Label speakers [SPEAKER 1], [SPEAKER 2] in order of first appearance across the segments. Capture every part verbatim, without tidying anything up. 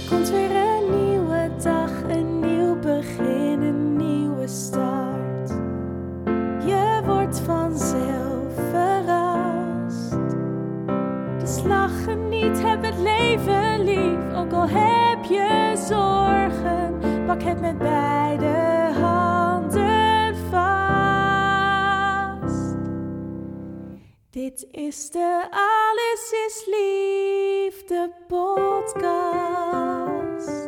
[SPEAKER 1] komt weer een nieuwe dag, een nieuw begin, een nieuwe start. Je wordt vanzelf verrast. Dus lach niet, heb het leven lief. Ook al heb je zorgen, pak het met beide handen vast. Dit is de Alles is Liefde podcast.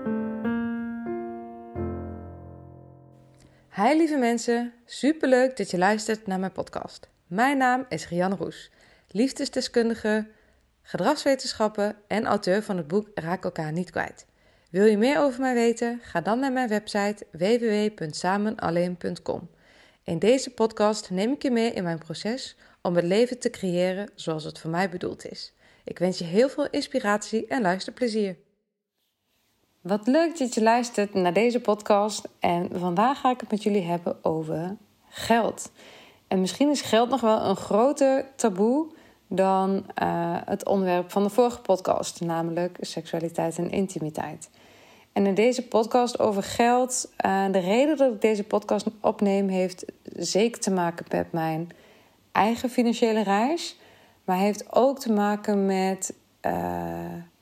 [SPEAKER 2] Hi lieve mensen, superleuk dat je luistert naar mijn podcast. Mijn naam is Rianne Roes, liefdesdeskundige, gedragswetenschappen en auteur van het boek Raak elkaar niet kwijt. Wil je meer over mij weten? Ga dan naar mijn website w w w punt samen alleen punt com. In deze podcast neem ik je mee in mijn proces om het leven te creëren zoals het voor mij bedoeld is. Ik wens je heel veel inspiratie en luisterplezier. Wat leuk dat je luistert naar deze podcast en vandaag ga ik het met jullie hebben over geld. En misschien is geld nog wel een groter taboe dan uh, het onderwerp van de vorige podcast, namelijk seksualiteit en intimiteit. En in deze podcast over geld, uh, de reden dat ik deze podcast opneem heeft zeker te maken met mijn eigen financiële reis, maar heeft ook te maken met uh,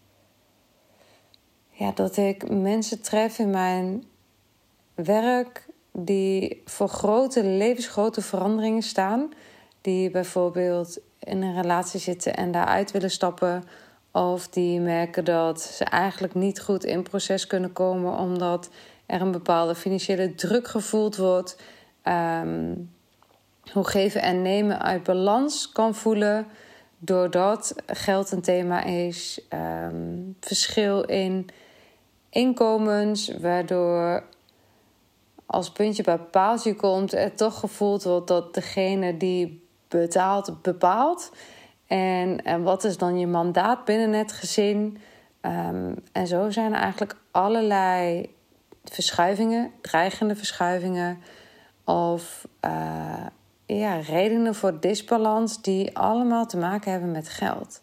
[SPEAKER 2] ja, dat ik mensen tref in mijn werk die voor grote, levensgrote veranderingen staan, die bijvoorbeeld in een relatie zitten en daaruit willen stappen, of die merken dat ze eigenlijk niet goed in proces kunnen komen omdat er een bepaalde financiële druk gevoeld wordt, um, hoe geven en nemen uit balans kan voelen doordat geld een thema is, um, verschil in inkomens, waardoor als puntje bij paaltje komt er toch gevoeld wordt dat degene die betaalt, bepaalt. En, en wat is dan je mandaat binnen het gezin? Um, en zo zijn er eigenlijk allerlei verschuivingen, dreigende verschuivingen of uh, ja, redenen voor disbalans die allemaal te maken hebben met geld.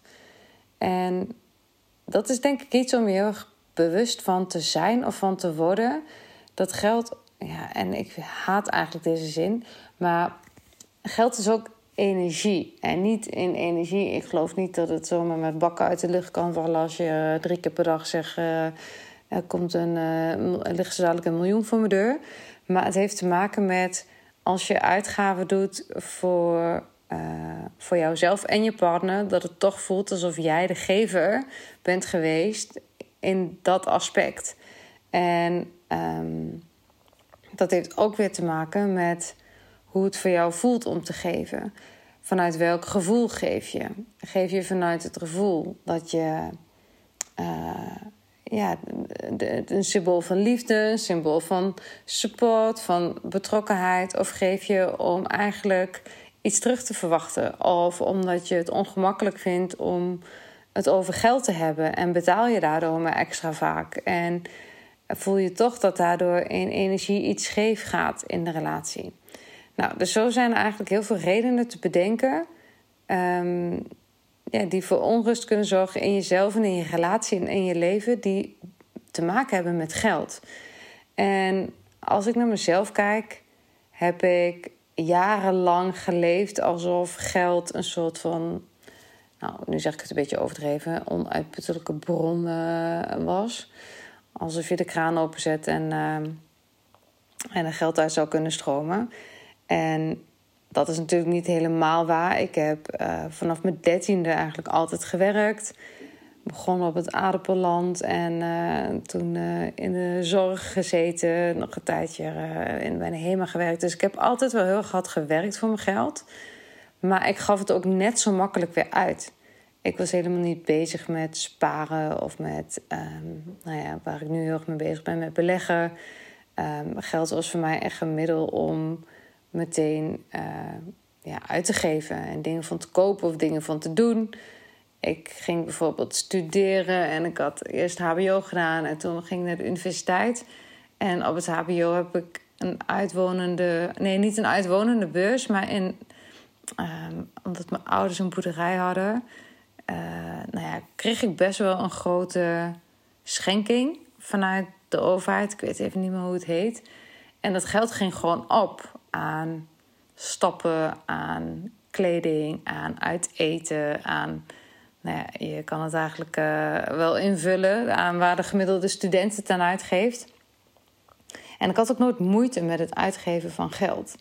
[SPEAKER 2] En dat is denk ik iets om je heel erg bewust van te zijn of van te worden. Dat geld, ja, en ik haat eigenlijk deze zin, maar geld is ook energie. En niet in energie. Ik geloof niet dat het zomaar met bakken uit de lucht kan vallen als je drie keer per dag zegt, uh, er komt een, uh, er ligt zo dadelijk een miljoen voor mijn deur. Maar het heeft te maken met als je uitgaven doet voor, uh, voor jouzelf en je partner, dat het toch voelt alsof jij de gever bent geweest in dat aspect. En um, dat heeft ook weer te maken met hoe het voor jou voelt om te geven. Vanuit welk gevoel geef je? Geef je vanuit het gevoel dat je uh, ja, de, een symbool van liefde, een symbool van support, van betrokkenheid, of geef je om eigenlijk iets terug te verwachten, of omdat je het ongemakkelijk vindt om het over geld te hebben en betaal je daardoor maar extra vaak en voel je toch dat daardoor in energie iets scheef gaat in de relatie. Nou, dus zo zijn er eigenlijk heel veel redenen te bedenken um, ja, die voor onrust kunnen zorgen in jezelf en in je relatie en in je leven, die te maken hebben met geld. En als ik naar mezelf kijk, heb ik jarenlang geleefd alsof geld een soort van, nou, nu zeg ik het een beetje overdreven, onuitputtelijke bron uh, was. Alsof je de kraan openzet en, uh, en er geld uit zou kunnen stromen. En dat is natuurlijk niet helemaal waar. Ik heb uh, vanaf mijn dertiende eigenlijk altijd gewerkt. Begonnen op het aardappelland en uh, toen uh, in de zorg gezeten. Nog een tijdje uh, in bij de HEMA gewerkt. Dus ik heb altijd wel heel erg hard gewerkt voor mijn geld. Maar ik gaf het ook net zo makkelijk weer uit. Ik was helemaal niet bezig met sparen of met, um, nou ja, waar ik nu heel erg mee bezig ben, met beleggen. Um, geld was voor mij echt een middel om meteen uh, ja, uit te geven en dingen van te kopen of dingen van te doen. Ik ging bijvoorbeeld studeren en ik had eerst H B O gedaan en toen ging ik naar de universiteit. En op het H B O heb ik een uitwonende, nee, niet een uitwonende beurs, maar in, um, omdat mijn ouders een boerderij hadden, uh, nou ja, kreeg ik best wel een grote schenking vanuit de overheid. Ik weet even niet meer hoe het heet. En dat geld ging gewoon op aan stappen, aan kleding, aan uit eten, aan... Nou ja, je kan het eigenlijk uh, wel invullen aan waar de gemiddelde student het aan uitgeeft. En ik had ook nooit moeite met het uitgeven van geld.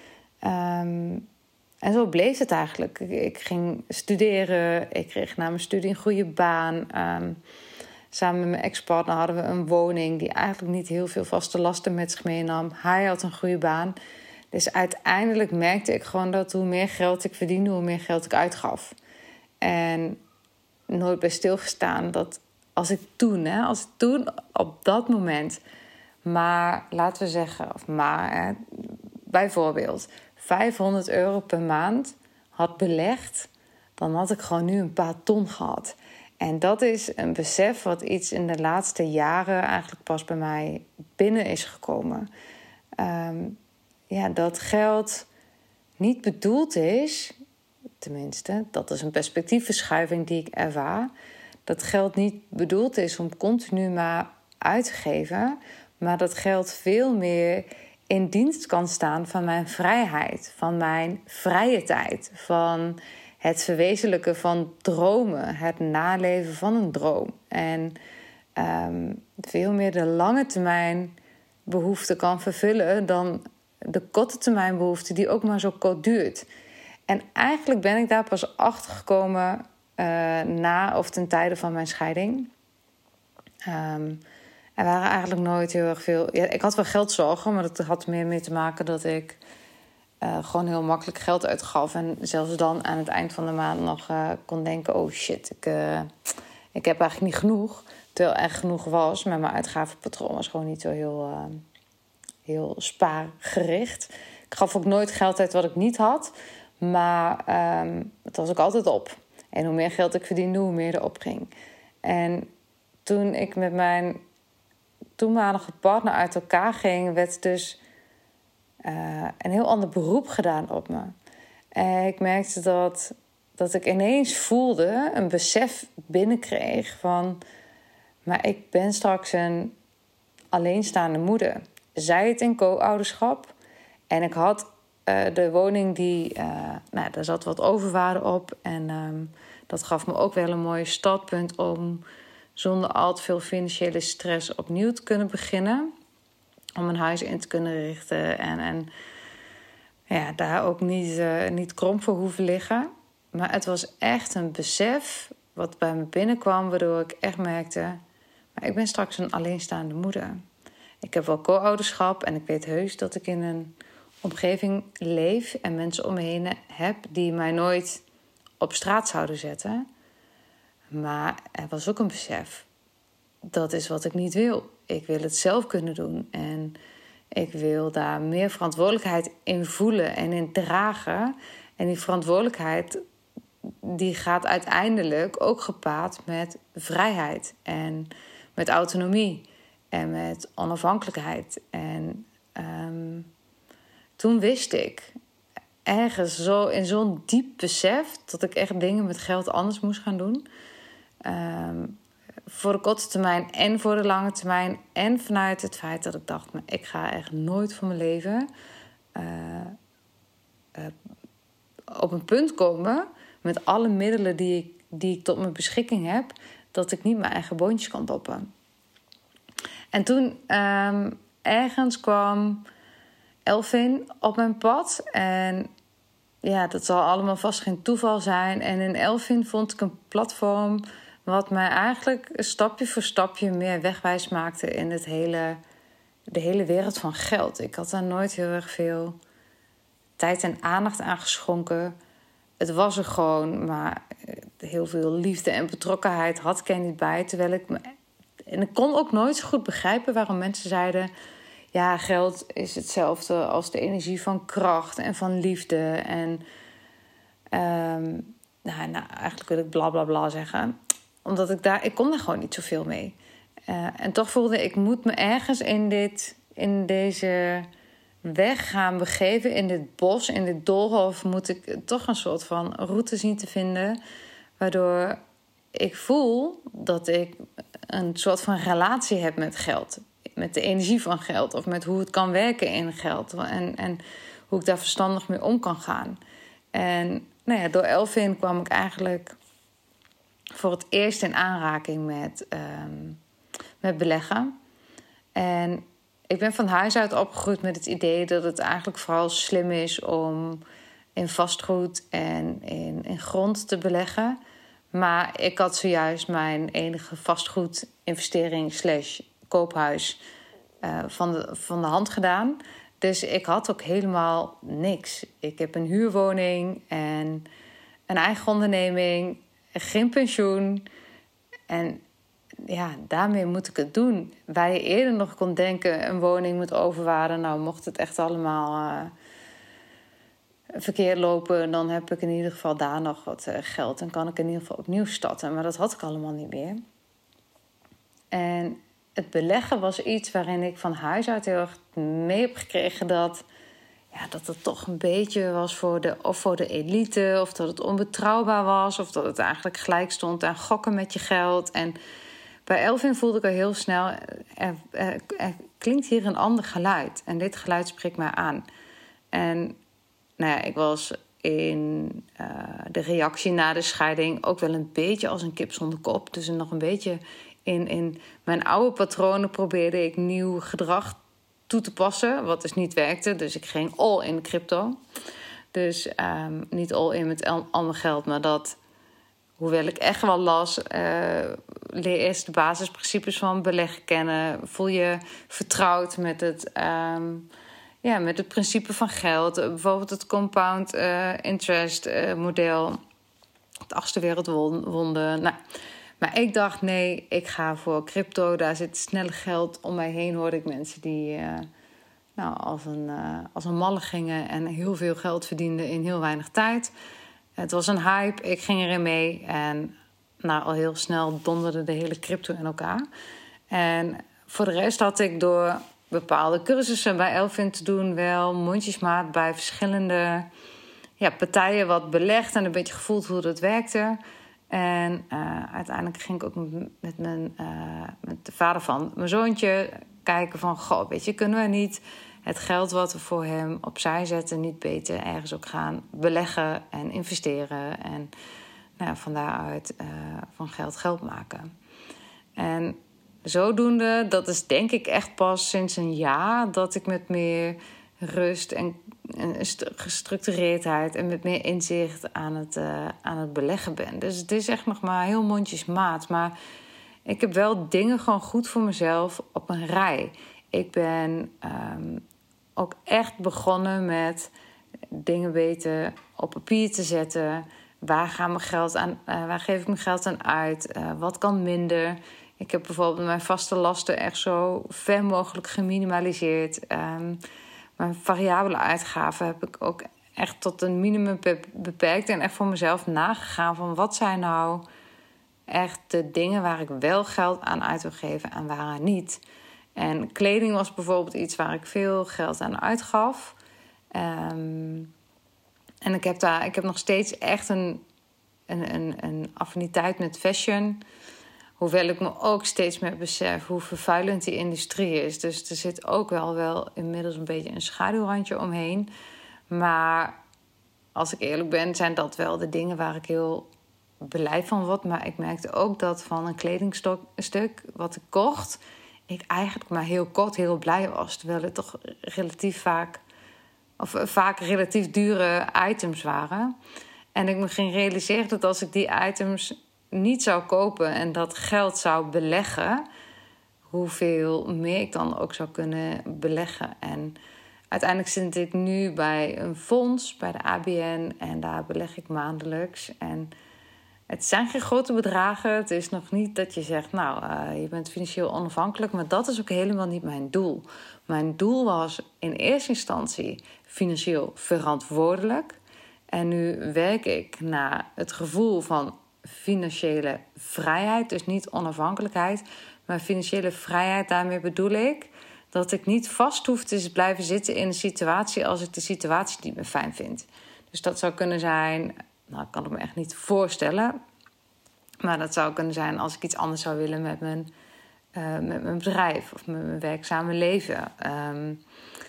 [SPEAKER 2] Um, en zo bleef het eigenlijk. Ik, ik ging studeren, ik kreeg na mijn studie een goede baan. Um, samen met mijn ex-partner hadden we een woning die eigenlijk niet heel veel vaste lasten met zich meenam. Hij had een goede baan. Dus uiteindelijk merkte ik gewoon dat hoe meer geld ik verdiende, hoe meer geld ik uitgaf. En nooit bij stilgestaan dat als ik toen, hè, als ik toen op dat moment, maar laten we zeggen, of maar, hè, bijvoorbeeld vijfhonderd euro per maand had belegd, dan had ik gewoon nu een paar ton gehad. En dat is een besef wat iets in de laatste jaren eigenlijk pas bij mij binnen is gekomen. Um, ja, dat geld niet bedoeld is, tenminste, dat is een perspectiefverschuiving die ik ervaar, dat geld niet bedoeld is om continu maar uit te geven, maar dat geld veel meer in dienst kan staan van mijn vrijheid, van mijn vrije tijd, van het verwezenlijken van dromen, het naleven van een droom. En um, veel meer de lange termijn behoefte kan vervullen dan de korte termijn behoefte die ook maar zo kort duurt. En eigenlijk ben ik daar pas achter gekomen uh, na of ten tijde van mijn scheiding. Um, er waren eigenlijk nooit heel erg veel... Ja, ik had wel geldzorgen, maar dat had meer mee te maken dat ik uh, gewoon heel makkelijk geld uitgaf. En zelfs dan aan het eind van de maand nog uh, kon denken, oh shit, ik, uh, ik heb eigenlijk niet genoeg. Terwijl er genoeg was, maar mijn uitgavenpatroon was gewoon niet zo heel, uh, heel spaargericht. Ik gaf ook nooit geld uit wat ik niet had. Maar um, het was ook altijd op. En hoe meer geld ik verdiende, hoe meer er opging. En toen ik met mijn toenmalige partner uit elkaar ging, werd dus uh, een heel ander beroep gedaan op me. En ik merkte dat, dat ik ineens voelde, een besef binnenkreeg van, maar ik ben straks een alleenstaande moeder. Zij het in co-ouderschap. En ik had uh, de woning die, uh, nou, daar zat wat overwaarde op. En um, dat gaf me ook wel een mooi startpunt om zonder al te veel financiële stress opnieuw te kunnen beginnen. Om een huis in te kunnen richten en, en ja, daar ook niet, uh, niet krom voor hoeven liggen. Maar het was echt een besef wat bij me binnenkwam, waardoor ik echt merkte, maar ik ben straks een alleenstaande moeder. Ik heb wel co-ouderschap en ik weet heus dat ik in een omgeving leef en mensen om me heen heb die mij nooit op straat zouden zetten. Maar er was ook een besef. Dat is wat ik niet wil. Ik wil het zelf kunnen doen. En ik wil daar meer verantwoordelijkheid in voelen en in dragen. En die verantwoordelijkheid die gaat uiteindelijk ook gepaard met vrijheid. En met autonomie. En met onafhankelijkheid. En um, toen wist ik ergens zo in zo'n diep besef dat ik echt dingen met geld anders moest gaan doen. Um, voor de korte termijn en voor de lange termijn. En vanuit het feit dat ik dacht, maar ik ga echt nooit van mijn leven uh, uh, op een punt komen met alle middelen die ik, die ik tot mijn beschikking heb, dat ik niet mijn eigen boontjes kan doppen. En toen um, ergens kwam Elfin op mijn pad. En ja, dat zal allemaal vast geen toeval zijn. En in Elfin vond ik een platform wat mij eigenlijk stapje voor stapje meer wegwijs maakte in het hele, de hele wereld van geld. Ik had daar nooit heel erg veel tijd en aandacht aan geschonken. Het was er gewoon, maar heel veel liefde en betrokkenheid had ik er niet bij. Terwijl ik me, en ik kon ook nooit zo goed begrijpen waarom mensen zeiden, ja, geld is hetzelfde als de energie van kracht en van liefde. En um, nou, nou, eigenlijk wil ik bla bla bla zeggen. Omdat ik daar, ik kon daar gewoon niet zoveel mee. Uh, en toch voelde ik, moet me ergens in, dit, in deze weg gaan begeven, in dit bos, in dit doolhof, moet ik toch een soort van route zien te vinden, waardoor ik voel dat ik een soort van relatie heb met geld. Met de energie van geld. Of met hoe het kan werken in geld. En, en hoe ik daar verstandig mee om kan gaan. En nou ja, door Elvin kwam ik eigenlijk voor het eerst in aanraking met, um, met beleggen. En ik ben van huis uit opgegroeid met het idee dat het eigenlijk vooral slim is om in vastgoed en in, in grond te beleggen. Maar ik had zojuist mijn enige vastgoedinvestering slash koophuis uh, van, de, van de hand gedaan. Dus ik had ook helemaal niks. Ik heb een huurwoning en een eigen onderneming, geen pensioen. En ja, daarmee moet ik het doen. Waar je eerder nog kon denken, een woning moet overwaarden. Nou, mocht het echt allemaal uh, verkeerd lopen, dan heb ik in ieder geval daar nog wat uh, geld. En kan ik in ieder geval opnieuw starten. Maar dat had ik allemaal niet meer. En het beleggen was iets waarin ik van huis uit heel erg mee heb gekregen dat, ja, dat het toch een beetje was voor de, of voor de elite, of dat het onbetrouwbaar was, of dat het eigenlijk gelijk stond aan gokken met je geld. En bij Elvin voelde ik al heel snel, er, er, er klinkt hier een ander geluid. En dit geluid spreekt mij aan. En nou ja, ik was in uh, de reactie na de scheiding ook wel een beetje als een kip zonder kop. Dus nog een beetje in, in mijn oude patronen probeerde ik nieuw gedrag toe te passen, wat dus niet werkte. Dus ik ging all in crypto. Dus um, niet all in met al, al mijn geld, maar dat, hoewel ik echt wel las, uh, leer eerst de basisprincipes van beleggen kennen. Voel je vertrouwd met het, um, ja, met het principe van geld. Bijvoorbeeld het compound uh, interest uh, model. Het achtste wereldwonder. Nou, maar ik dacht, nee, ik ga voor crypto. Daar zit snelle geld. Om mij heen hoorde ik mensen die uh, nou, als, een, uh, als een malle gingen en heel veel geld verdienden in heel weinig tijd. Het was een hype, ik ging erin mee. En nou, al heel snel donderde de hele crypto in elkaar. En voor de rest had ik door bepaalde cursussen bij Elvin te doen wel mondjesmaat bij verschillende ja, partijen wat belegd en een beetje gevoeld hoe dat werkte. En uh, uiteindelijk ging ik ook met, mijn, uh, met de vader van mijn zoontje kijken van, goh, weet je, kunnen we niet het geld wat we voor hem opzij zetten niet beter ergens ook gaan beleggen en investeren en nou, van daaruit uh, van geld geld maken. En zodoende, dat is denk ik echt pas sinds een jaar dat ik met meer rust en, en gestructureerdheid en met meer inzicht aan het, uh, aan het beleggen ben. Dus het is echt nog maar heel mondjesmaat. Maar ik heb wel dingen gewoon goed voor mezelf op een rij. Ik ben um, ook echt begonnen met dingen beter op papier te zetten. Waar, gaan mijn geld aan, uh, waar geef ik mijn geld aan uit? Uh, wat kan minder? Ik heb bijvoorbeeld mijn vaste lasten echt zo ver mogelijk geminimaliseerd. Um, mijn variabele uitgaven heb ik ook echt tot een minimum beperkt. En echt voor mezelf nagegaan van wat zijn nou echt de dingen waar ik wel geld aan uit wil geven en waar niet. En kleding was bijvoorbeeld iets waar ik veel geld aan uitgaf. Um, en ik heb, daar, ik heb nog steeds echt een, een, een, een affiniteit met fashion. Hoewel ik me ook steeds meer besef hoe vervuilend die industrie is. Dus er zit ook wel, wel inmiddels een beetje een schaduwrandje omheen. Maar als ik eerlijk ben, zijn dat wel de dingen waar ik heel blij van word. Maar ik merkte ook dat van een kledingstuk wat ik kocht, ik eigenlijk maar heel kort heel blij was. Terwijl het toch relatief vaak, of vaak relatief dure items waren. En ik me ging realiseren dat als ik die items niet zou kopen en dat geld zou beleggen, hoeveel meer ik dan ook zou kunnen beleggen. En uiteindelijk zit ik nu bij een fonds, bij de A B N, en daar beleg ik maandelijks. En het zijn geen grote bedragen. Het is nog niet dat je zegt, nou, uh, je bent financieel onafhankelijk, maar dat is ook helemaal niet mijn doel. Mijn doel was in eerste instantie financieel verantwoordelijk. En nu werk ik naar het gevoel van financiële vrijheid, dus niet onafhankelijkheid, maar financiële vrijheid. Daarmee bedoel ik dat ik niet vast hoef te blijven zitten in een situatie als ik de situatie niet meer fijn vind. Dus dat zou kunnen zijn, nou, ik kan het me echt niet voorstellen, Maar dat zou kunnen zijn als ik iets anders zou willen met mijn, uh, met mijn bedrijf of met mijn werkzame leven. Um,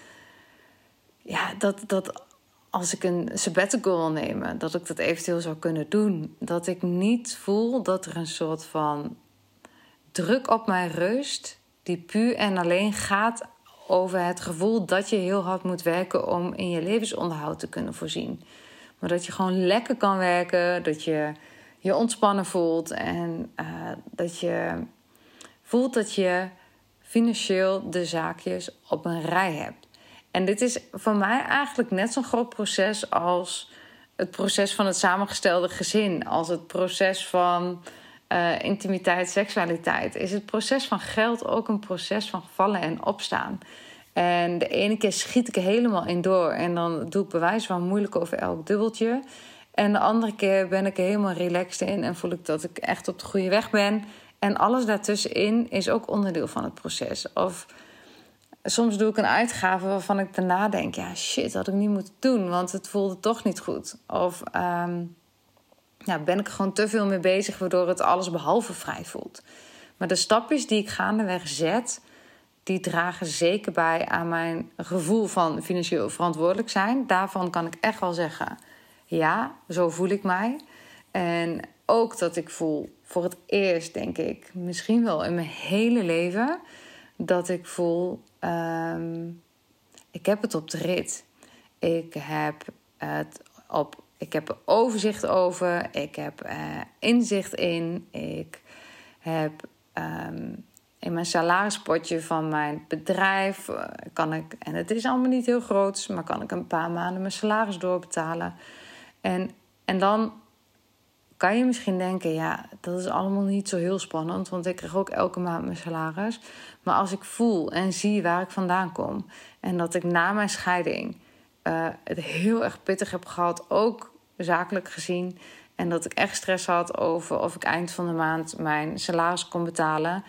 [SPEAKER 2] ja, dat, dat als ik een sabbatical wil nemen, dat ik dat eventueel zou kunnen doen. Dat ik niet voel dat er een soort van druk op mij rust die puur en alleen gaat over het gevoel dat je heel hard moet werken om in je levensonderhoud te kunnen voorzien. Maar dat je gewoon lekker kan werken, dat je je ontspannen voelt en uh, dat je voelt dat je financieel de zaakjes op een rij hebt. En dit is voor mij eigenlijk net zo'n groot proces als het proces van het samengestelde gezin, als het proces van uh, intimiteit, seksualiteit. Is het proces van geld ook een proces van vallen en opstaan? En de ene keer schiet ik er helemaal in door en dan doe ik bewijs van moeilijk over elk dubbeltje. En de andere keer ben ik er helemaal relaxed in en voel ik dat ik echt op de goede weg ben. En alles daartussenin is ook onderdeel van het proces. Of soms doe ik een uitgave waarvan ik daarna denk, ja shit, had ik niet moeten doen, want het voelde toch niet goed. Of um, ja, ben ik er gewoon te veel mee bezig, waardoor het alles behalve vrij voelt. Maar de stapjes die ik gaandeweg zet, die dragen zeker bij aan mijn gevoel van financieel verantwoordelijk zijn. Daarvan kan ik echt wel zeggen, ja, zo voel ik mij. En ook dat ik voel, voor het eerst denk ik, misschien wel in mijn hele leven, dat ik voel, um, ik heb het op de rit. Ik heb het op, ik heb er overzicht over. Ik heb uh, inzicht in. Ik heb um, in mijn salarispotje van mijn bedrijf uh, kan ik, en het is allemaal niet heel groot, maar kan ik een paar maanden mijn salaris doorbetalen. En, en dan kan je misschien denken, ja, dat is allemaal niet zo heel spannend, want ik krijg ook elke maand mijn salaris. Maar als ik voel en zie waar ik vandaan kom en dat ik na mijn scheiding uh, het heel erg pittig heb gehad, ook zakelijk gezien, en dat ik echt stress had over of ik eind van de maand mijn salaris kon betalen,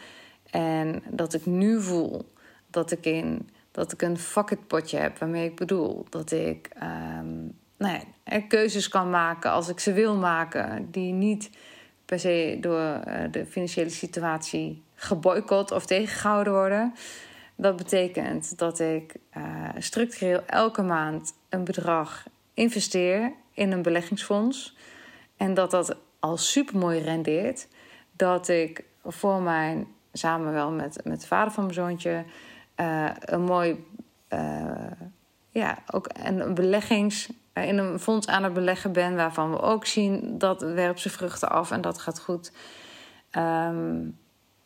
[SPEAKER 2] en dat ik nu voel dat ik, in, dat ik een fuck it potje heb, waarmee ik bedoel dat ik Um, nou ja, keuzes kan maken als ik ze wil maken, die niet per se door de financiële situatie geboycott of tegengehouden worden. Dat betekent dat ik uh, structureel elke maand een bedrag investeer in een beleggingsfonds. En dat dat al supermooi rendeert. Dat ik voor mijn, samen wel met, met de vader van mijn zoontje, uh, een mooi, uh, ja, ook een beleggings in een fonds aan het beleggen ben, waarvan we ook zien dat werpt zijn vruchten af en dat gaat goed. Um,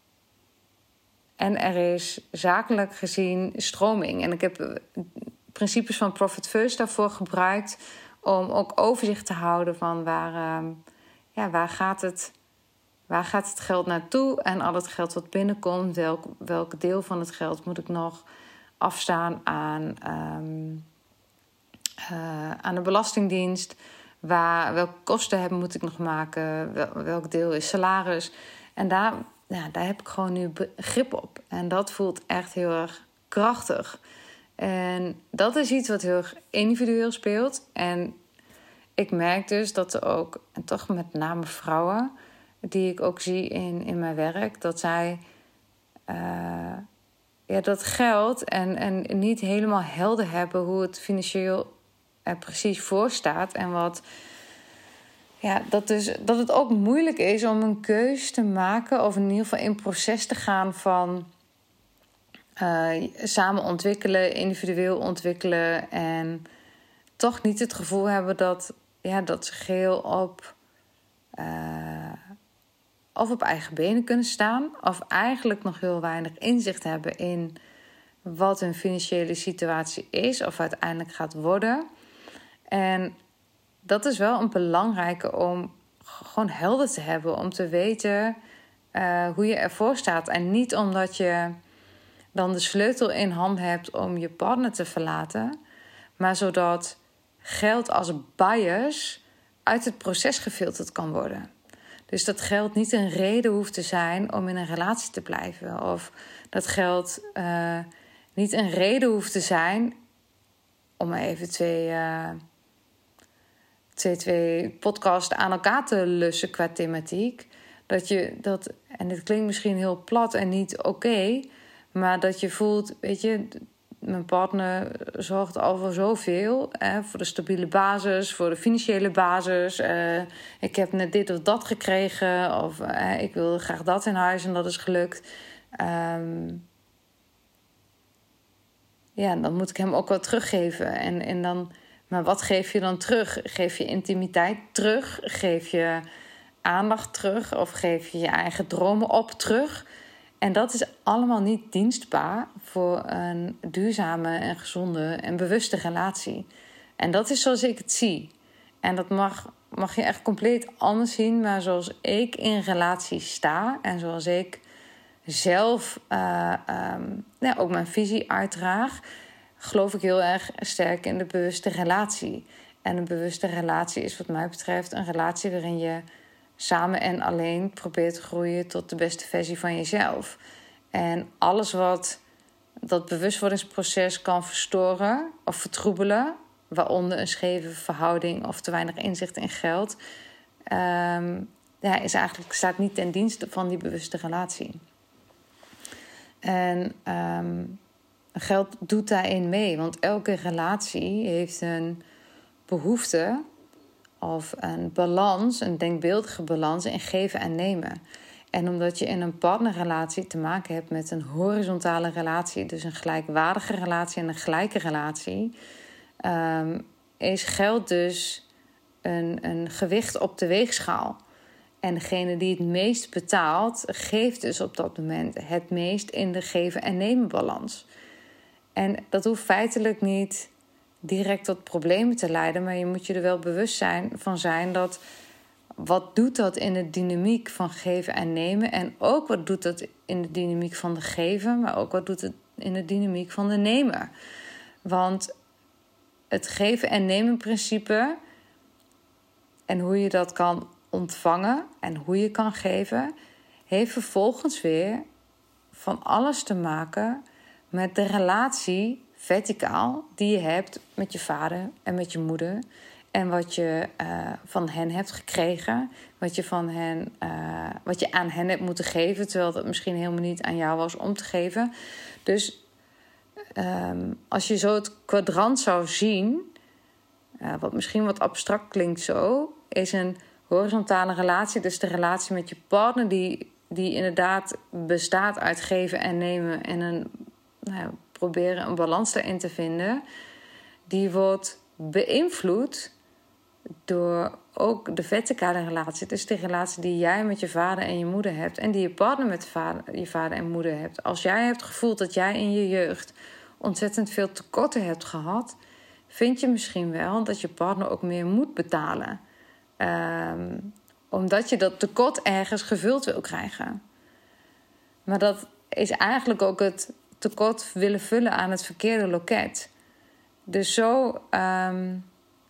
[SPEAKER 2] en er is zakelijk gezien stroming. En ik heb principes van Profit First daarvoor gebruikt om ook overzicht te houden van waar, um, ja, waar, gaat het, waar gaat het geld naartoe en al het geld wat binnenkomt, welk, welk deel van het geld moet ik nog afstaan aan Um, Uh, aan de Belastingdienst. Waar, welke kosten heb, moet ik nog maken? Wel, welk deel is salaris? En daar, ja, daar heb ik gewoon nu grip op. En dat voelt echt heel erg krachtig. En dat is iets wat heel erg individueel speelt. En ik merk dus dat er ook, en toch met name vrouwen, die ik ook zie in, in mijn werk, dat zij Uh, ja, dat geld en, en niet helemaal helder hebben hoe het financieel er precies voor staat. En wat, ja, dat, dus, dat het ook moeilijk is om een keus te maken, of in ieder geval in proces te gaan van uh, samen ontwikkelen, individueel ontwikkelen. En toch niet het gevoel hebben dat, ja, dat ze geheel op Uh, of op eigen benen kunnen staan, of eigenlijk nog heel weinig inzicht hebben in wat hun financiële situatie is of uiteindelijk gaat worden. En dat is wel een belangrijke om gewoon helder te hebben, om te weten uh, hoe je ervoor staat. En niet omdat je dan de sleutel in hand hebt om je partner te verlaten, maar zodat geld als bias uit het proces gefilterd kan worden. Dus dat geld niet een reden hoeft te zijn om in een relatie te blijven. Of dat geld uh, niet een reden hoeft te zijn om even twee, uh, twee, twee podcasts aan elkaar te lussen qua thematiek. Dat je dat, en dit klinkt misschien heel plat en niet oké, okay, maar dat je voelt, weet je, mijn partner zorgt al voor zoveel. Hè, voor de stabiele basis, voor de financiële basis. Uh, ik heb net dit of dat gekregen. Of uh, ik wilde graag dat in huis en dat is gelukt. Um, ja, dan moet ik hem ook wat teruggeven. En, en dan, maar wat geef je dan terug? Geef je intimiteit terug? Geef je aandacht terug? Of geef je je eigen dromen op terug? En dat is allemaal niet dienstbaar voor een duurzame en gezonde en bewuste relatie. En dat is zoals ik het zie. En dat mag, mag je echt compleet anders zien. Maar zoals ik in relatie sta en zoals ik zelf uh, um, ja, ook mijn visie uitdraag, geloof ik heel erg sterk in de bewuste relatie. En een bewuste relatie is wat mij betreft een relatie waarin je samen en alleen probeert te groeien tot de beste versie van jezelf. En alles wat dat bewustwordingsproces kan verstoren of vertroebelen, waaronder een scheve verhouding of te weinig inzicht in geld, um, ja, is eigenlijk, staat niet ten dienste van die bewuste relatie. En um, geld doet daarin mee, want elke relatie heeft een behoefte of een balans, een denkbeeldige balans in geven en nemen. En omdat je in een partnerrelatie te maken hebt met een horizontale relatie, dus een gelijkwaardige relatie en een gelijke relatie, um, is geld dus een, een gewicht op de weegschaal. En degene die het meest betaalt, geeft dus op dat moment het meest in de geven en nemen balans. En dat hoeft feitelijk niet direct tot problemen te leiden, maar je moet je er wel bewust zijn van zijn dat wat doet dat in de dynamiek van geven en nemen, en ook wat doet dat in de dynamiek van de geven, maar ook wat doet het in de dynamiek van de nemen. Want het geven en nemen principe en hoe je dat kan ontvangen en hoe je kan geven, heeft vervolgens weer van alles te maken met de relatie verticaal die je hebt met je vader en met je moeder. En wat je uh, van hen hebt gekregen. Wat je, van hen, uh, wat je aan hen hebt moeten geven. Terwijl dat misschien helemaal niet aan jou was om te geven. Dus um, als je zo het kwadrant zou zien, Uh, wat misschien wat abstract klinkt zo, is een horizontale relatie. Dus de relatie met je partner die, die inderdaad bestaat uit geven en nemen. En een, nou ja, proberen een balans daarin te vinden. Die wordt beïnvloed door ook de verticale relatie. Dus de relatie die jij met je vader en je moeder hebt. En die je partner met vader, je vader en moeder hebt. Als jij hebt gevoeld dat jij in je jeugd ontzettend veel tekorten hebt gehad, vind je misschien wel dat je partner ook meer moet betalen. Um, omdat je dat tekort ergens gevuld wil krijgen. Maar dat is eigenlijk ook het tekort willen vullen aan het verkeerde loket. Dus zo um,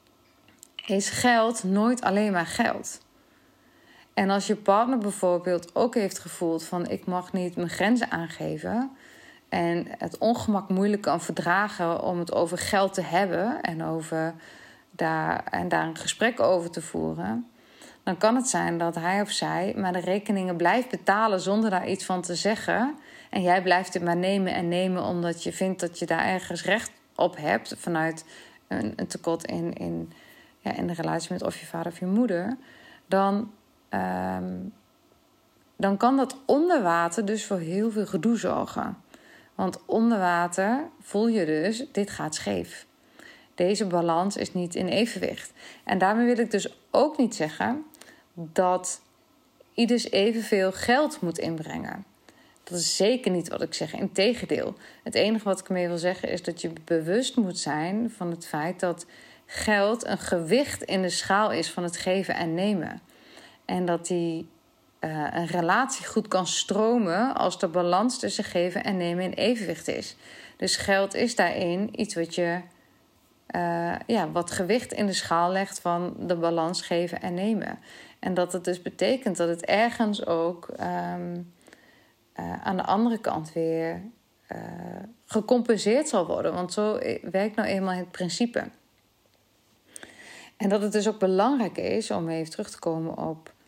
[SPEAKER 2] is geld nooit alleen maar geld. En als je partner bijvoorbeeld ook heeft gevoeld van ik mag niet mijn grenzen aangeven en het ongemak moeilijk kan verdragen om het over geld te hebben en, over daar, en daar een gesprek over te voeren, dan kan het zijn dat hij of zij maar de rekeningen blijft betalen zonder daar iets van te zeggen. En jij blijft het maar nemen en nemen omdat je vindt dat je daar ergens recht op hebt vanuit een, een tekort in, in, ja, in de relatie met of je vader of je moeder. Dan, um, dan kan dat onder water dus voor heel veel gedoe zorgen. Want onder water voel je dus, dit gaat scheef. Deze balans is niet in evenwicht. En daarmee wil ik dus ook niet zeggen dat ieders evenveel geld moet inbrengen. Dat is zeker niet wat ik zeg. Integendeel. Het enige wat ik mee wil zeggen is dat je bewust moet zijn van het feit dat geld een gewicht in de schaal is van het geven en nemen. En dat die uh, een relatie goed kan stromen als de balans tussen geven en nemen in evenwicht is. Dus geld is daarin iets wat je uh, ja, wat gewicht in de schaal legt van de balans geven en nemen. En dat het dus betekent dat het ergens ook um, uh, aan de andere kant weer uh, gecompenseerd zal worden. Want zo werkt nou eenmaal het principe. En dat het dus ook belangrijk is, om even terug te komen op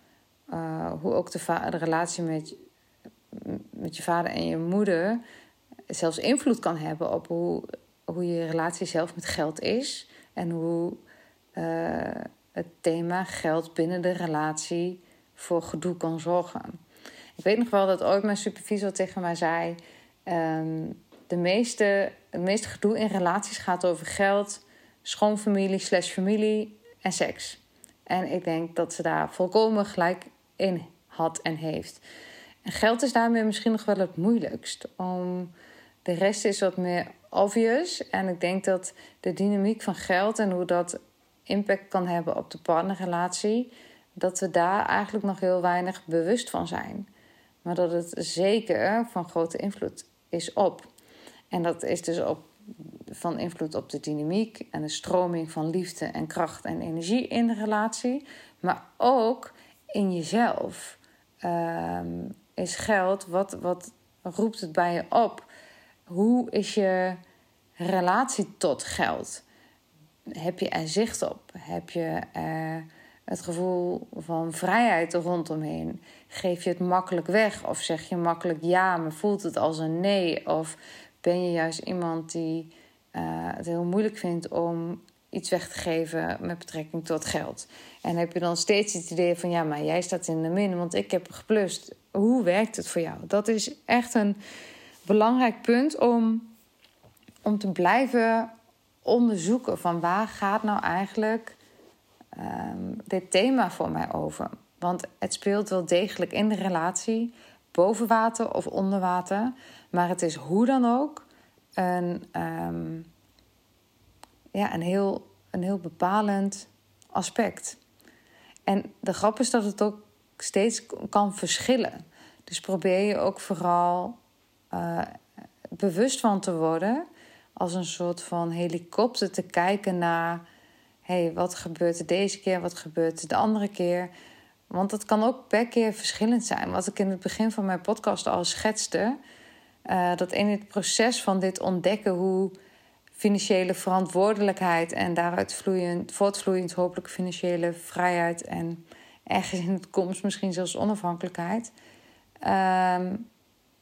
[SPEAKER 2] uh, hoe ook de, va- de relatie met, met je vader en je moeder zelfs invloed kan hebben op hoe, hoe je relatie zelf met geld is. En hoe uh, het thema geld binnen de relatie voor gedoe kan zorgen. Ik weet nog wel dat ooit mijn supervisor tegen mij zei... Um, de meeste, het meeste gedoe in relaties gaat over geld, schoonfamilie slash familie en seks. En ik denk dat ze daar volkomen gelijk in had en heeft. En geld is daarmee misschien nog wel het moeilijkst. Om, de rest is wat meer obvious. En ik denk dat de dynamiek van geld en hoe dat impact kan hebben op de partnerrelatie, dat we daar eigenlijk nog heel weinig bewust van zijn. Maar dat het zeker van grote invloed is op. En dat is dus op, van invloed op de dynamiek en de stroming van liefde en kracht en energie in de relatie. Maar ook in jezelf. Um, is geld, wat, wat roept het bij je op? Hoe is je relatie tot geld? Heb je er zicht op? Heb je er het gevoel van vrijheid rondomheen? Geef je het makkelijk weg? Of zeg je makkelijk ja, maar voelt het als een nee? Of ben je juist iemand die uh, het heel moeilijk vindt om iets weg te geven met betrekking tot geld? En heb je dan steeds het idee van ja, maar jij staat in de min, want ik heb geplust. Hoe werkt het voor jou? Dat is echt een belangrijk punt om, om te blijven onderzoeken van waar gaat nou eigenlijk um, dit thema voor mij over? Want het speelt wel degelijk in de relatie, boven water of onder water. Maar het is hoe dan ook een, um, ja, een, heel, een heel bepalend aspect. En de grap is dat het ook steeds kan verschillen. Dus probeer je ook vooral uh, bewust van te worden, als een soort van helikopter te kijken naar, hey, wat gebeurt er deze keer, wat gebeurt er de andere keer? Want dat kan ook per keer verschillend zijn. Wat ik in het begin van mijn podcast al schetste, uh, dat in het proces van dit ontdekken hoe financiële verantwoordelijkheid en daaruit vloeiend, voortvloeiend hopelijk financiële vrijheid en ergens in de toekomst misschien zelfs onafhankelijkheid, Um,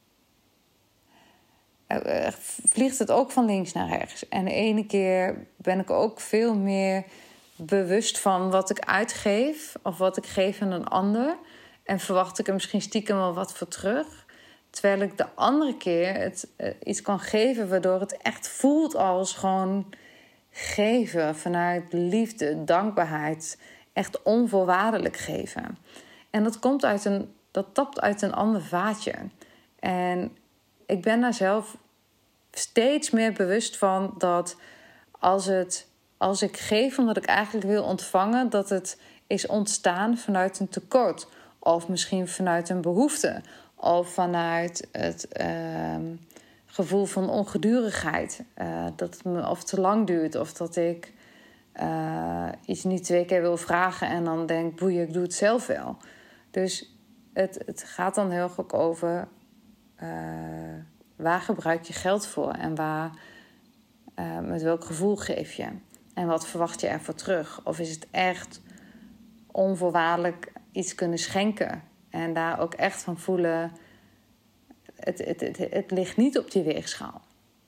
[SPEAKER 2] uh, vliegt het ook van links naar rechts. En de ene keer ben ik ook veel meer bewust van wat ik uitgeef of wat ik geef aan een ander. En verwacht ik er misschien stiekem wel wat voor terug. Terwijl ik de andere keer het uh, iets kan geven waardoor het echt voelt als gewoon geven vanuit liefde, dankbaarheid. Echt onvoorwaardelijk geven. En dat komt uit een, dat tapt uit een ander vaatje. En ik ben daar zelf steeds meer bewust van dat als, het, als ik geef omdat ik eigenlijk wil ontvangen, dat het is ontstaan vanuit een tekort. Of misschien vanuit een behoefte. Of vanuit het uh, gevoel van ongedurigheid. Uh, dat het me of te lang duurt. Of dat ik uh, iets niet twee keer wil vragen en dan denk, boeien, ik doe het zelf wel. Dus het, het gaat dan heel erg ook over Uh, waar gebruik je geld voor en waar, uh, met welk gevoel geef je en wat verwacht je ervoor terug? Of is het echt onvoorwaardelijk iets kunnen schenken en daar ook echt van voelen, het, het, het, het ligt niet op die weegschaal.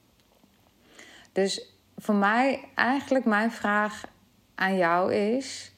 [SPEAKER 2] Dus voor mij eigenlijk mijn vraag aan jou is,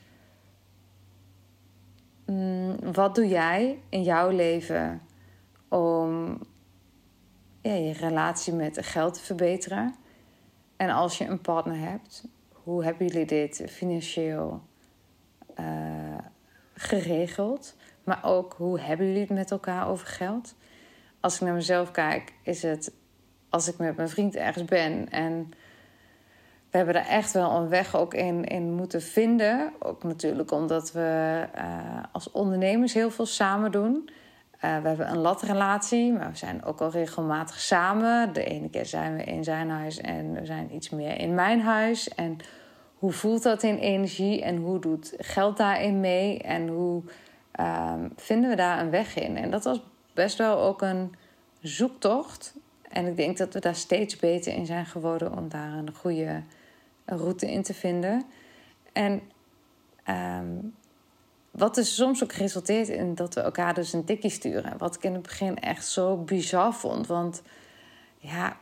[SPEAKER 2] mm, wat doe jij in jouw leven om ja, je relatie met geld te verbeteren? En als je een partner hebt, hoe hebben jullie dit financieel uh, geregeld? Maar ook, hoe hebben jullie het met elkaar over geld? Als ik naar mezelf kijk, is het als ik met mijn vriend ergens ben en we hebben daar echt wel een weg ook in, in moeten vinden. Ook natuurlijk omdat we uh, als ondernemers heel veel samen doen. Uh, we hebben een latrelatie, maar we zijn ook al regelmatig samen. De ene keer zijn we in zijn huis en we zijn iets meer in mijn huis. En hoe voelt dat in energie en hoe doet geld daarin mee? En hoe uh, vinden we daar een weg in? En dat was best wel ook een zoektocht. En ik denk dat we daar steeds beter in zijn geworden om daar een goede route in te vinden. En um, wat dus soms ook resulteert in dat we elkaar dus een tikkie sturen. Wat ik in het begin echt zo bizar vond. Want ja,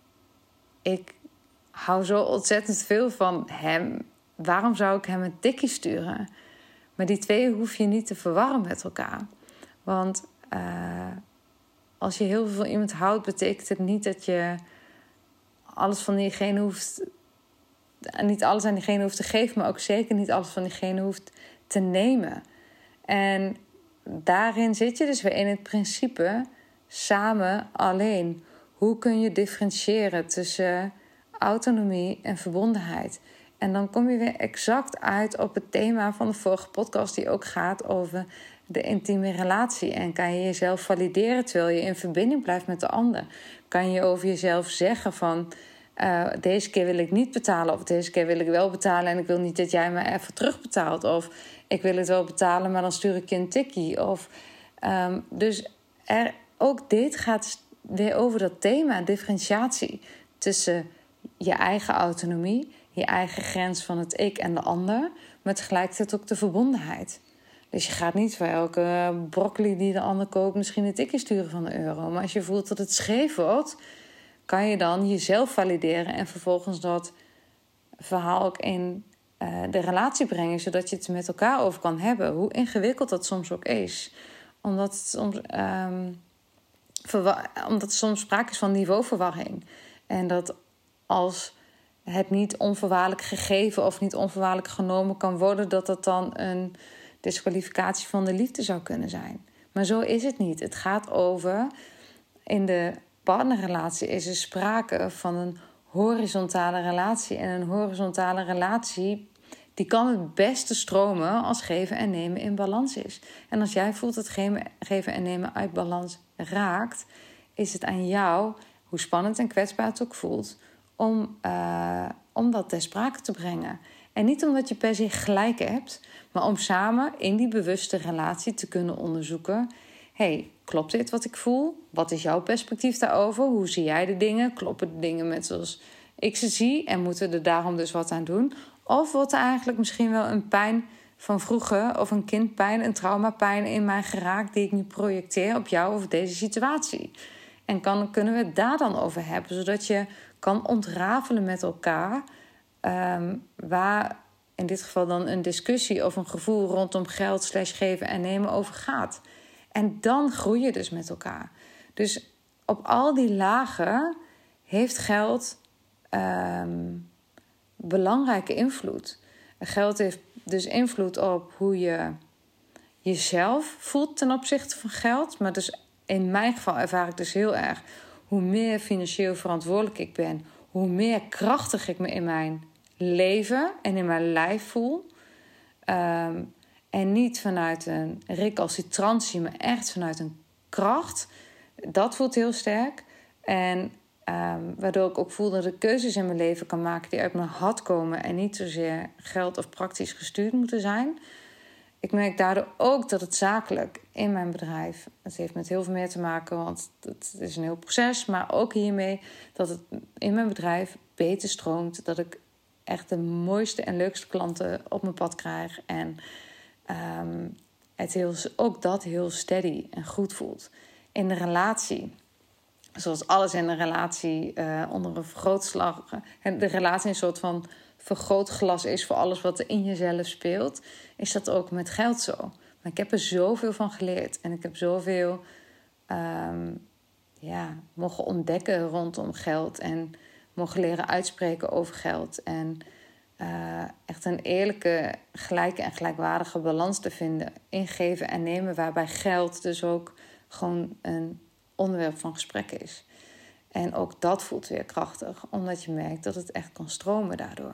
[SPEAKER 2] ik hou zo ontzettend veel van hem. Waarom zou ik hem een tikkie sturen? Maar die twee hoef je niet te verwarren met elkaar. Want uh, als je heel veel van iemand houdt, betekent het niet dat je alles van diegene hoeft... niet alles aan diegene hoeft te geven, maar ook zeker niet alles van diegene hoeft te nemen. En daarin zit je dus weer in het principe samen alleen. Hoe kun je differentiëren tussen autonomie en verbondenheid? En dan kom je weer exact uit op het thema van de vorige podcast, die ook gaat over de intieme relatie. En kan je jezelf valideren terwijl je in verbinding blijft met de ander? Kan je over jezelf zeggen van... Uh, deze keer wil ik niet betalen, of deze keer wil ik wel betalen en ik wil niet dat jij me even terugbetaalt, of ik wil het wel betalen, maar dan stuur ik je een tikkie. Of, um, dus er, ook dit gaat weer over dat thema differentiatie tussen je eigen autonomie, je eigen grens van het ik en de ander, maar tegelijkertijd ook de verbondenheid. Dus je gaat niet voor elke broccoli die de ander koopt misschien een tikkie sturen van een euro, maar als je voelt dat het scheef wordt, kan je dan jezelf valideren en vervolgens dat verhaal ook in uh, de relatie brengen, zodat je het met elkaar over kan hebben. Hoe ingewikkeld dat soms ook is. Omdat het soms, um, verwa- omdat er soms sprake is van niveauverwarring. En dat als het niet onvoorwaardelijk gegeven of niet onvoorwaardelijk genomen kan worden, dat dat dan een disqualificatie van de liefde zou kunnen zijn. Maar zo is het niet. Het gaat over, in de partnerrelatie is er sprake van een horizontale relatie. En een horizontale relatie, die kan het beste stromen als geven en nemen in balans is. En als jij voelt dat geven en nemen uit balans raakt, is het aan jou, hoe spannend en kwetsbaar het ook voelt, om, uh, om dat ter sprake te brengen. En niet omdat je per se gelijk hebt, maar om samen in die bewuste relatie te kunnen onderzoeken, hey, klopt dit wat ik voel? Wat is jouw perspectief daarover? Hoe zie jij de dingen? Kloppen de dingen met zoals ik ze zie? En moeten we er daarom dus wat aan doen? Of wordt er eigenlijk misschien wel een pijn van vroeger, of een kindpijn, een traumapijn in mij geraakt die ik nu projecteer op jou of deze situatie? En kan, kunnen we het daar dan over hebben, zodat je kan ontrafelen met elkaar, um, waar in dit geval dan een discussie of een gevoel rondom geld slash geven en nemen over gaat. En dan groei je dus met elkaar. Dus op al die lagen heeft geld um, belangrijke invloed. Geld heeft dus invloed op hoe je jezelf voelt ten opzichte van geld. Maar dus in mijn geval ervaar ik dus heel erg, hoe meer financieel verantwoordelijk ik ben, hoe meer krachtig ik me in mijn leven en in mijn lijf voel. Um, En niet vanuit een recalcitrantie, maar echt vanuit een kracht. Dat voelt heel sterk. En um, waardoor ik ook voel dat ik keuzes in mijn leven kan maken die uit mijn hart komen en niet zozeer geld of praktisch gestuurd moeten zijn. Ik merk daardoor ook dat het zakelijk in mijn bedrijf, het heeft met heel veel meer te maken, want het is een heel proces, maar ook hiermee dat het in mijn bedrijf beter stroomt. Dat ik echt de mooiste en leukste klanten op mijn pad krijg en Um, het heel, ook dat heel steady en goed voelt. In de relatie, zoals alles in een relatie uh, onder een vergrootslag, de relatie een soort van vergrootglas is voor alles wat er in jezelf speelt, is dat ook met geld zo. Maar ik heb er zoveel van geleerd en ik heb zoveel um, ja, mogen ontdekken rondom geld en mogen leren uitspreken over geld en Uh, echt een eerlijke, gelijke en gelijkwaardige balans te vinden in geven en nemen, waarbij geld dus ook gewoon een onderwerp van gesprek is. En ook dat voelt weer krachtig, omdat je merkt dat het echt kan stromen daardoor.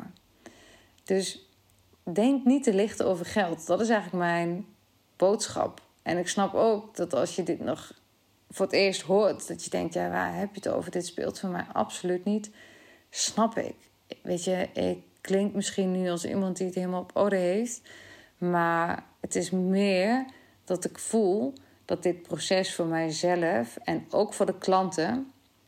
[SPEAKER 2] Dus denk niet te licht over geld. Dat is eigenlijk mijn boodschap. En ik snap ook dat als je dit nog voor het eerst hoort, dat je denkt, ja, waar heb je het over? Dit speelt voor mij absoluut niet. Snap ik. Weet je, ik klinkt misschien nu als iemand die het helemaal op orde heeft. Maar het is meer dat ik voel dat dit proces voor mijzelf en ook voor de klanten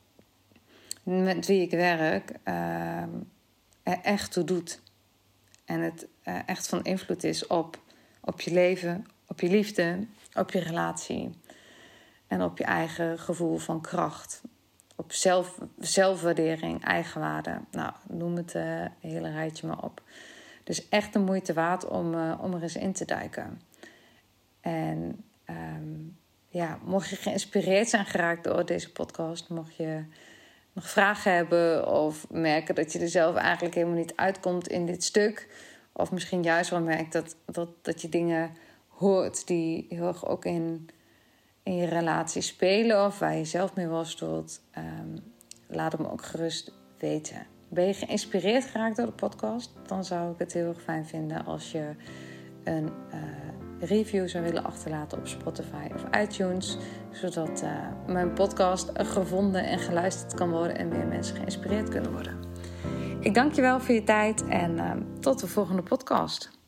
[SPEAKER 2] met wie ik werk uh, er echt toe doet. En het uh, echt van invloed is op, op je leven, op je liefde, op je relatie en op je eigen gevoel van kracht. Op zelf, zelfwaardering, eigenwaarde. Nou, noem het uh, hele rijtje maar op. Dus echt de moeite waard om, uh, om er eens in te duiken. En um, ja, mocht je geïnspireerd zijn geraakt door deze podcast, mocht je nog vragen hebben of merken dat je er zelf eigenlijk helemaal niet uitkomt in dit stuk, of misschien juist wel merkt dat, dat, dat je dingen hoort die heel erg ook in, in je relatie spelen of waar je zelf mee worstelt, um, laat hem ook gerust weten. Ben je geïnspireerd geraakt door de podcast? Dan zou ik het heel erg fijn vinden als je een uh, review zou willen achterlaten op Spotify of iTunes, zodat uh, mijn podcast gevonden en geluisterd kan worden en meer mensen geïnspireerd kunnen worden. Ik dank je wel voor je tijd en uh, tot de volgende podcast.